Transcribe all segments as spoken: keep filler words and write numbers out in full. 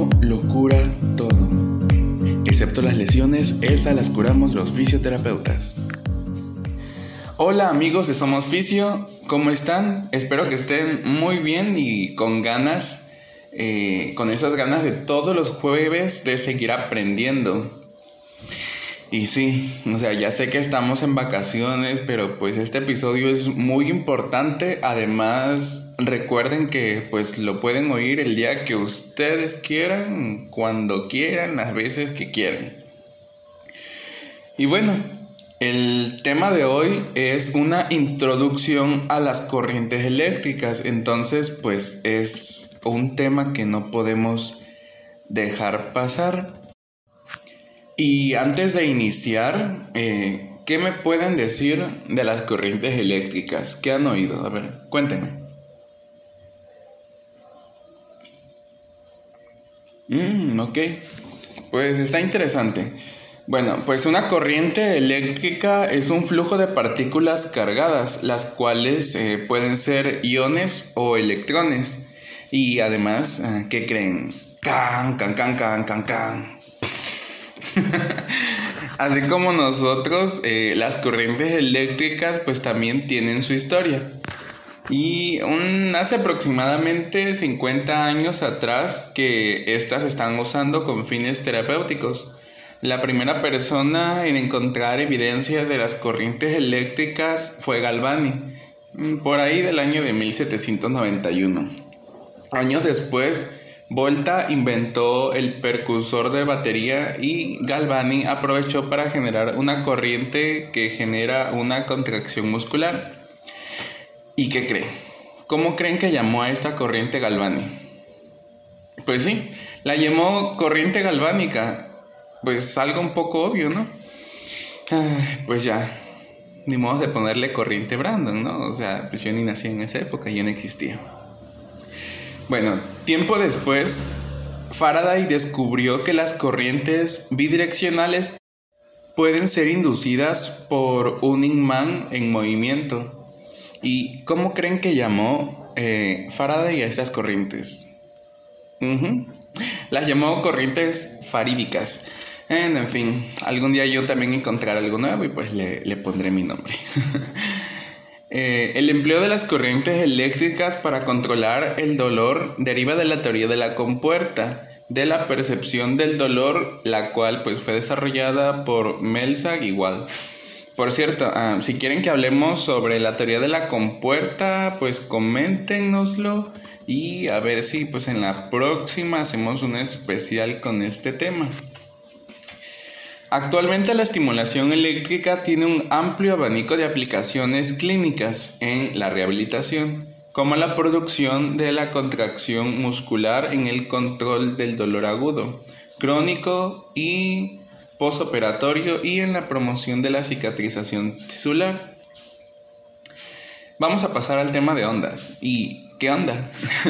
uno lo cura todo, excepto las lesiones, esas las curamos los fisioterapeutas. Hola amigos de Somos Fisio, ¿cómo están? Espero que estén muy bien y con ganas, eh, con esas ganas de todos los jueves de seguir aprendiendo. Y sí, o sea, ya sé que estamos en vacaciones, pero pues este episodio es muy importante. Además, recuerden que pues lo pueden oír el día que ustedes quieran, cuando quieran, las veces que quieran. Y bueno, el tema de hoy es una introducción a las corrientes eléctricas. Entonces, pues es un tema que no podemos dejar pasar. Y antes de iniciar, eh, ¿qué me pueden decir de las corrientes eléctricas? ¿Qué han oído? A ver, cuéntenme. Mm, ok, pues está interesante. Bueno, pues una corriente eléctrica es un flujo de partículas cargadas, las cuales eh, pueden ser iones o electrones. Y además, eh, ¿qué creen? Can, can, can, can, can, can. Así como nosotros, eh, las corrientes eléctricas pues también tienen su historia. Y un, hace aproximadamente cincuenta años atrás que estas se están usando con fines terapéuticos. La primera persona en encontrar evidencias de las corrientes eléctricas fue Galvani, por ahí del año de mil setecientos noventa y uno. Años después, Volta inventó el percursor de batería y Galvani aprovechó para generar una corriente que genera una contracción muscular. ¿Y qué creen? ¿Cómo creen que llamó a esta corriente Galvani? Pues sí, la llamó corriente galvánica. Pues algo un poco obvio, ¿no? Ay, pues ya, ni modo de ponerle corriente Brandon, ¿no? O sea, pues yo ni nací en esa época, ya no existía. Bueno, tiempo después, Faraday descubrió que las corrientes bidireccionales pueden ser inducidas por un imán en movimiento. ¿Y cómo creen que llamó eh, Faraday a estas corrientes? Uh-huh. Las llamó corrientes farídicas. En, en fin, algún día yo también encontraré algo nuevo y pues le, le pondré mi nombre. Eh, el empleo de las corrientes eléctricas para controlar el dolor deriva de la teoría de la compuerta, de la percepción del dolor, la cual pues fue desarrollada por Melzar y Wald. Por cierto, uh, si quieren que hablemos sobre la teoría de la compuerta, pues coméntenoslo y a ver si pues en la próxima hacemos un especial con este tema. Actualmente la estimulación eléctrica tiene un amplio abanico de aplicaciones clínicas en la rehabilitación, como la producción de la contracción muscular en el control del dolor agudo, crónico y postoperatorio y en la promoción de la cicatrización tisular. Vamos a pasar al tema de ondas. ¿Y qué onda?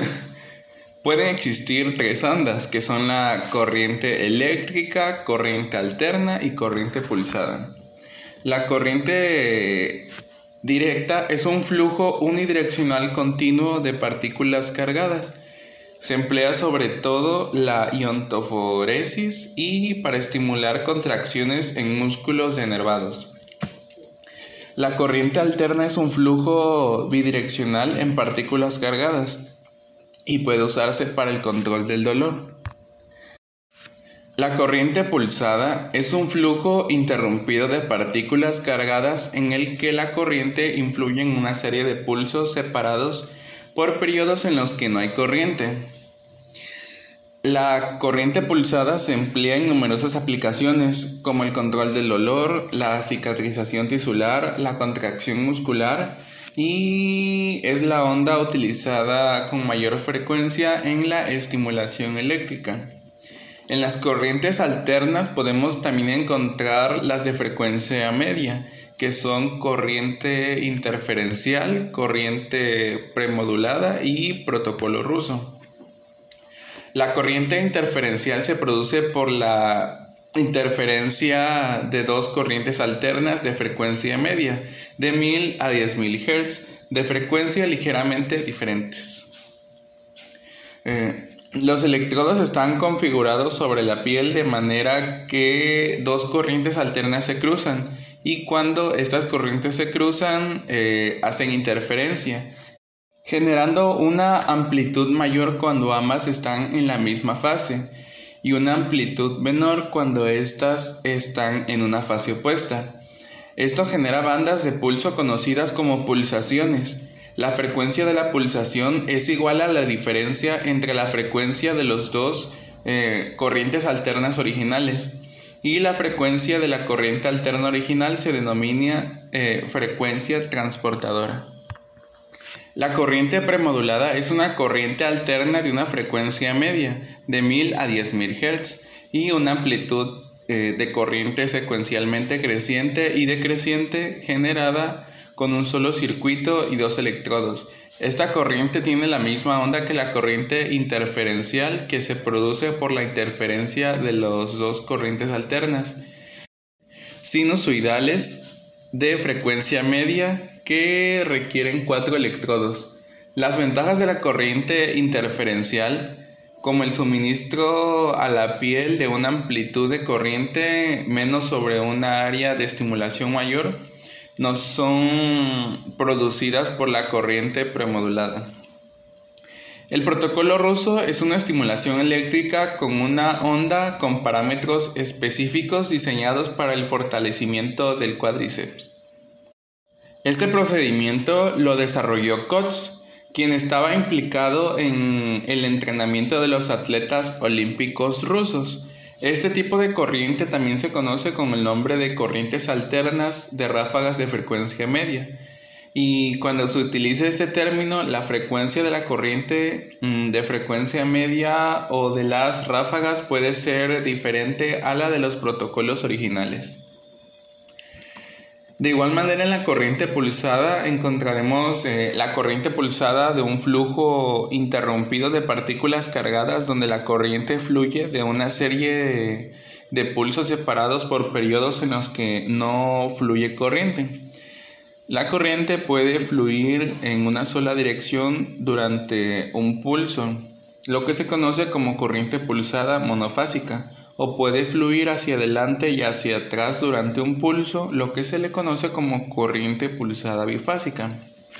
Pueden existir tres ondas, que son la corriente eléctrica, corriente alterna y corriente pulsada. La corriente directa es un flujo unidireccional continuo de partículas cargadas. Se emplea sobre todo la iontoforesis y para estimular contracciones en músculos enervados. La corriente alterna es un flujo bidireccional en partículas cargadas y puede usarse para el control del dolor. La corriente pulsada es un flujo interrumpido de partículas cargadas en el que la corriente influye en una serie de pulsos separados por periodos en los que no hay corriente. La corriente pulsada se emplea en numerosas aplicaciones, como el control del dolor, la cicatrización tisular, la contracción muscular, y es la onda utilizada con mayor frecuencia en la estimulación eléctrica. En las corrientes alternas podemos también encontrar las de frecuencia media, que son corriente interferencial, corriente premodulada y protocolo ruso. La corriente interferencial se produce por la interferencia de dos corrientes alternas de frecuencia media, de mil a diez mil hertz, de frecuencia ligeramente diferentes. Eh, Los electrodos están configurados sobre la piel de manera que dos corrientes alternas se cruzan, y cuando estas corrientes se cruzan eh, hacen interferencia, generando una amplitud mayor cuando ambas están en la misma fase y una amplitud menor cuando éstas están en una fase opuesta. Esto genera bandas de pulso conocidas como pulsaciones. La frecuencia de la pulsación es igual a la diferencia entre la frecuencia de los dos eh, corrientes alternas originales, y la frecuencia de la corriente alterna original se denomina eh, frecuencia transportadora. La corriente premodulada es una corriente alterna de una frecuencia media de mil a diez mil hertz y una amplitud eh, de corriente secuencialmente creciente y decreciente generada con un solo circuito y dos electrodos. Esta corriente tiene la misma onda que la corriente interferencial que se produce por la interferencia de las dos corrientes alternas sinusoidales de frecuencia media que requieren cuatro electrodos. Las ventajas de la corriente interferencial, como el suministro a la piel de una amplitud de corriente menos sobre una área de estimulación mayor, no son producidas por la corriente premodulada. El protocolo ruso es una estimulación eléctrica con una onda con parámetros específicos diseñados para el fortalecimiento del cuádriceps. Este procedimiento lo desarrolló Koch, quien estaba implicado en el entrenamiento de los atletas olímpicos rusos. Este tipo de corriente también se conoce con el nombre de corrientes alternas de ráfagas de frecuencia media. Y cuando se utiliza este término, la frecuencia de la corriente de frecuencia media o de las ráfagas puede ser diferente a la de los protocolos originales. De igual manera, en la corriente pulsada encontraremos eh, la corriente pulsada de un flujo interrumpido de partículas cargadas, donde la corriente fluye de una serie de, de pulsos separados por periodos en los que no fluye corriente. La corriente puede fluir en una sola dirección durante un pulso, lo que se conoce como corriente pulsada monofásica, o puede fluir hacia adelante y hacia atrás durante un pulso, lo que se le conoce como corriente pulsada bifásica.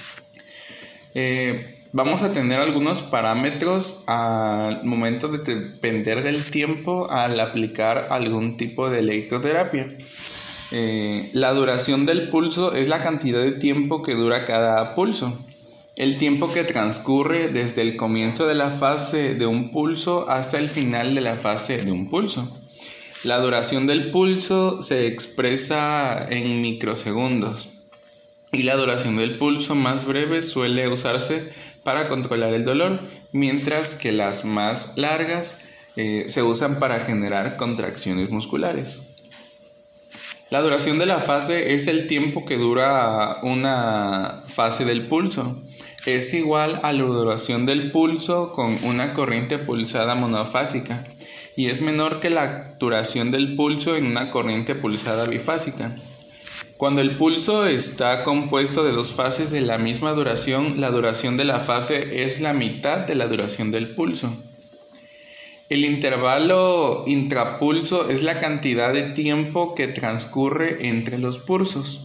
Eh, vamos a tener algunos parámetros al momento de depender del tiempo al aplicar algún tipo de electroterapia. Eh, la duración del pulso es la cantidad de tiempo que dura cada pulso. El tiempo que transcurre desde el comienzo de la fase de un pulso hasta el final de la fase de un pulso. La duración del pulso se expresa en microsegundos, y la duración del pulso más breve suele usarse para controlar el dolor, mientras que las más largas eh, se usan para generar contracciones musculares. La duración de la fase es el tiempo que dura una fase del pulso. Es igual a la duración del pulso con una corriente pulsada monofásica, y es menor que la duración del pulso en una corriente pulsada bifásica. Cuando el pulso está compuesto de dos fases de la misma duración, la duración de la fase es la mitad de la duración del pulso. El intervalo intrapulso es la cantidad de tiempo que transcurre entre los pulsos.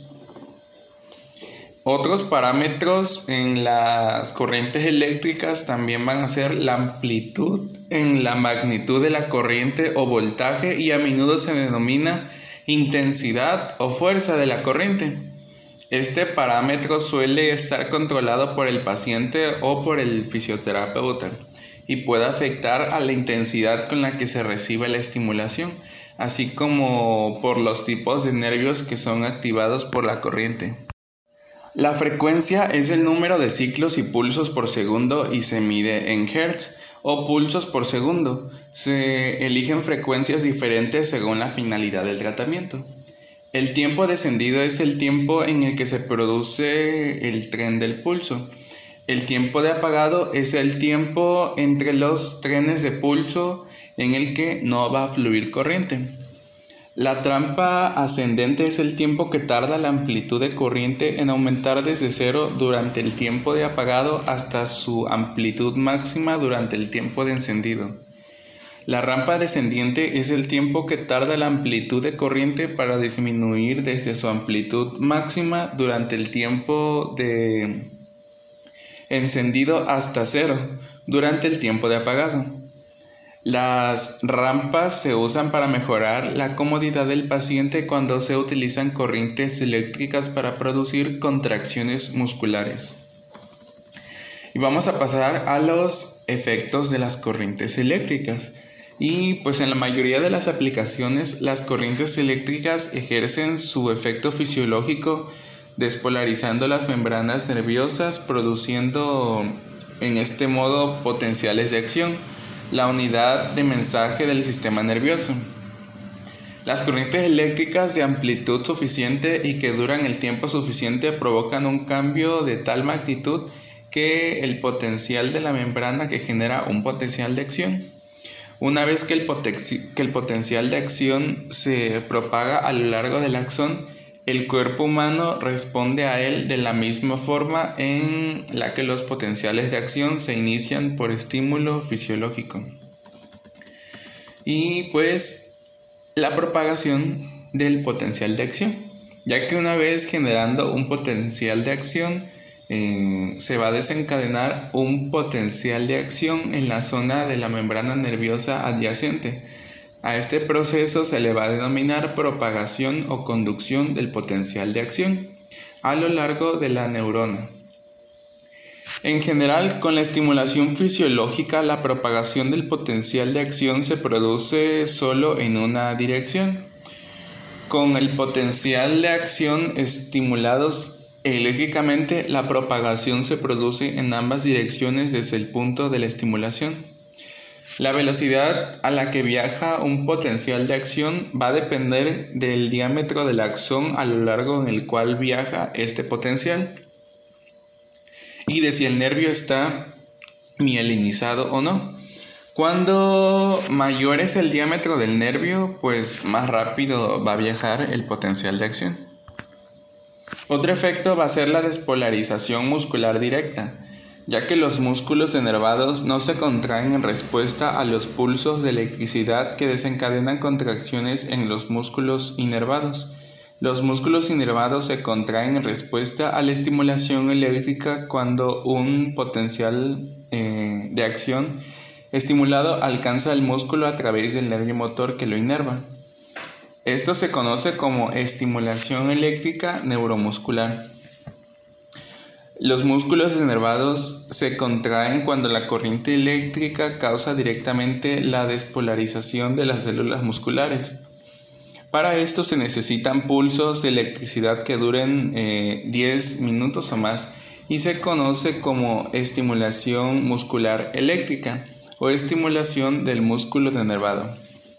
Otros parámetros en las corrientes eléctricas también van a ser la amplitud en la magnitud de la corriente o voltaje, y a menudo se denomina intensidad o fuerza de la corriente. Este parámetro suele estar controlado por el paciente o por el fisioterapeuta, y puede afectar a la intensidad con la que se recibe la estimulación, así como por los tipos de nervios que son activados por la corriente. La frecuencia es el número de ciclos y pulsos por segundo y se mide en hertz o pulsos por segundo. Se eligen frecuencias diferentes según la finalidad del tratamiento. El tiempo descendido es el tiempo en el que se produce el tren del pulso. El tiempo de apagado es el tiempo entre los trenes de pulso en el que no va a fluir corriente. La trampa ascendente es el tiempo que tarda la amplitud de corriente en aumentar desde cero durante el tiempo de apagado hasta su amplitud máxima durante el tiempo de encendido. La rampa descendiente es el tiempo que tarda la amplitud de corriente para disminuir desde su amplitud máxima durante el tiempo de encendido hasta cero durante el tiempo de apagado. Las rampas se usan para mejorar la comodidad del paciente cuando se utilizan corrientes eléctricas para producir contracciones musculares. Y vamos a pasar a los efectos de las corrientes eléctricas. Y pues en la mayoría de las aplicaciones las corrientes eléctricas ejercen su efecto fisiológico despolarizando las membranas nerviosas, produciendo en este modo potenciales de acción, la unidad de mensaje del sistema nervioso. Las corrientes eléctricas de amplitud suficiente y que duran el tiempo suficiente provocan un cambio de tal magnitud que el potencial de la membrana que genera un potencial de acción. Una vez que el, poten- que el potencial de acción se propaga a lo largo del axón, el cuerpo humano responde a él de la misma forma en la que los potenciales de acción se inician por estímulo fisiológico. Y pues la propagación del potencial de acción, ya que una vez generando un potencial de acción, eh, se va a desencadenar un potencial de acción en la zona de la membrana nerviosa adyacente. A este proceso se le va a denominar propagación o conducción del potencial de acción a lo largo de la neurona. En general, con la estimulación fisiológica, la propagación del potencial de acción se produce solo en una dirección. Con el potencial de acción estimulados eléctricamente, la propagación se produce en ambas direcciones desde el punto de la estimulación. La velocidad a la que viaja un potencial de acción va a depender del diámetro del axón a lo largo en el cual viaja este potencial y de si el nervio está mielinizado o no. Cuando mayor es el diámetro del nervio, pues más rápido va a viajar el potencial de acción. Otro efecto va a ser la despolarización muscular directa, ya que los músculos denervados no se contraen en respuesta a los pulsos de electricidad que desencadenan contracciones en los músculos inervados. Los músculos inervados se contraen en respuesta a la estimulación eléctrica cuando un potencial eh, de acción estimulado alcanza el músculo a través del nervio motor que lo inerva. Esto se conoce como estimulación eléctrica neuromuscular. Los músculos denervados se contraen cuando la corriente eléctrica causa directamente la despolarización de las células musculares. Para esto se necesitan pulsos de electricidad que duren eh, diez minutos o más y se conoce como estimulación muscular eléctrica o estimulación del músculo denervado.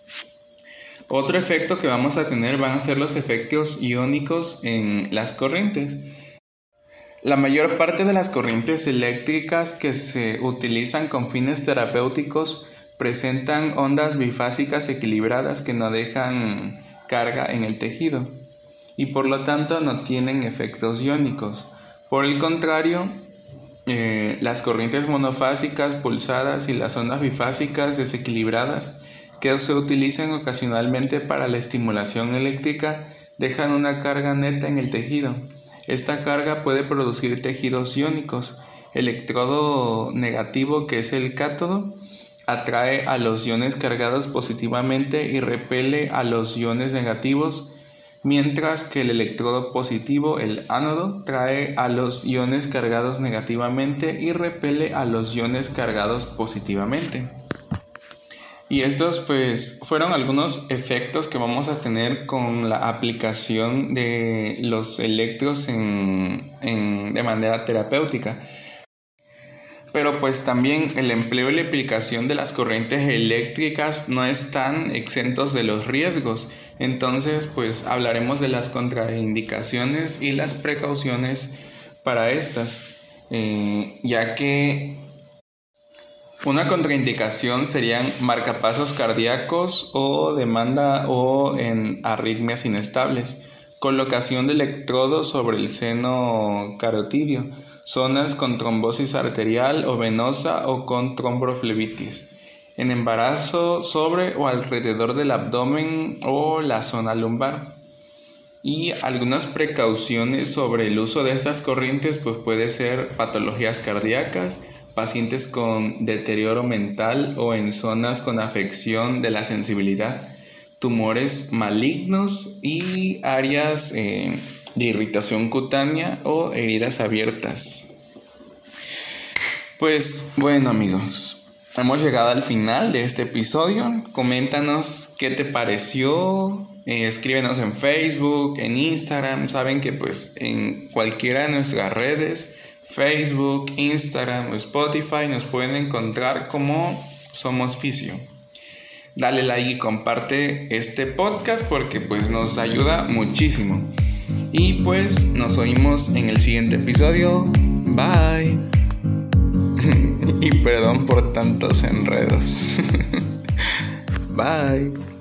Otro efecto que vamos a tener van a ser los efectos iónicos en las corrientes. La mayor parte de las corrientes eléctricas que se utilizan con fines terapéuticos presentan ondas bifásicas equilibradas que no dejan carga en el tejido y por lo tanto no tienen efectos iónicos. Por el contrario, eh, las corrientes monofásicas pulsadas y las ondas bifásicas desequilibradas que se utilizan ocasionalmente para la estimulación eléctrica dejan una carga neta en el tejido. Esta carga puede producir tejidos iónicos. El electrodo negativo, que es el cátodo, atrae a los iones cargados positivamente y repele a los iones negativos, mientras que el electrodo positivo, el ánodo, trae a los iones cargados negativamente y repele a los iones cargados positivamente. Y estos pues fueron algunos efectos que vamos a tener con la aplicación de los electros en, en, de manera terapéutica. Pero pues también el empleo y la aplicación de las corrientes eléctricas no están exentos de los riesgos. Entonces pues hablaremos de las contraindicaciones y las precauciones para estas, eh, ya que Una contraindicación serían marcapasos cardíacos o demanda o en arritmias inestables, colocación de electrodos sobre el seno carotidio, zonas con trombosis arterial o venosa o con tromboflebitis, en embarazo sobre o alrededor del abdomen o la zona lumbar. Y algunas precauciones sobre el uso de estas corrientes pues puede ser patologías cardíacas, pacientes con deterioro mental o en zonas con afección de la sensibilidad, tumores malignos y áreas eh, de irritación cutánea o heridas abiertas. Pues bueno, amigos, hemos llegado al final de este episodio. Coméntanos qué te pareció. Eh, escríbenos en Facebook, en Instagram. Saben que pues en cualquiera de nuestras redes, Facebook, Instagram o Spotify, nos pueden encontrar como Somos Fisio. Dale like y comparte este podcast porque pues nos ayuda muchísimo. Y pues nos oímos en el siguiente episodio. Bye. Y perdón por tantos enredos. Bye.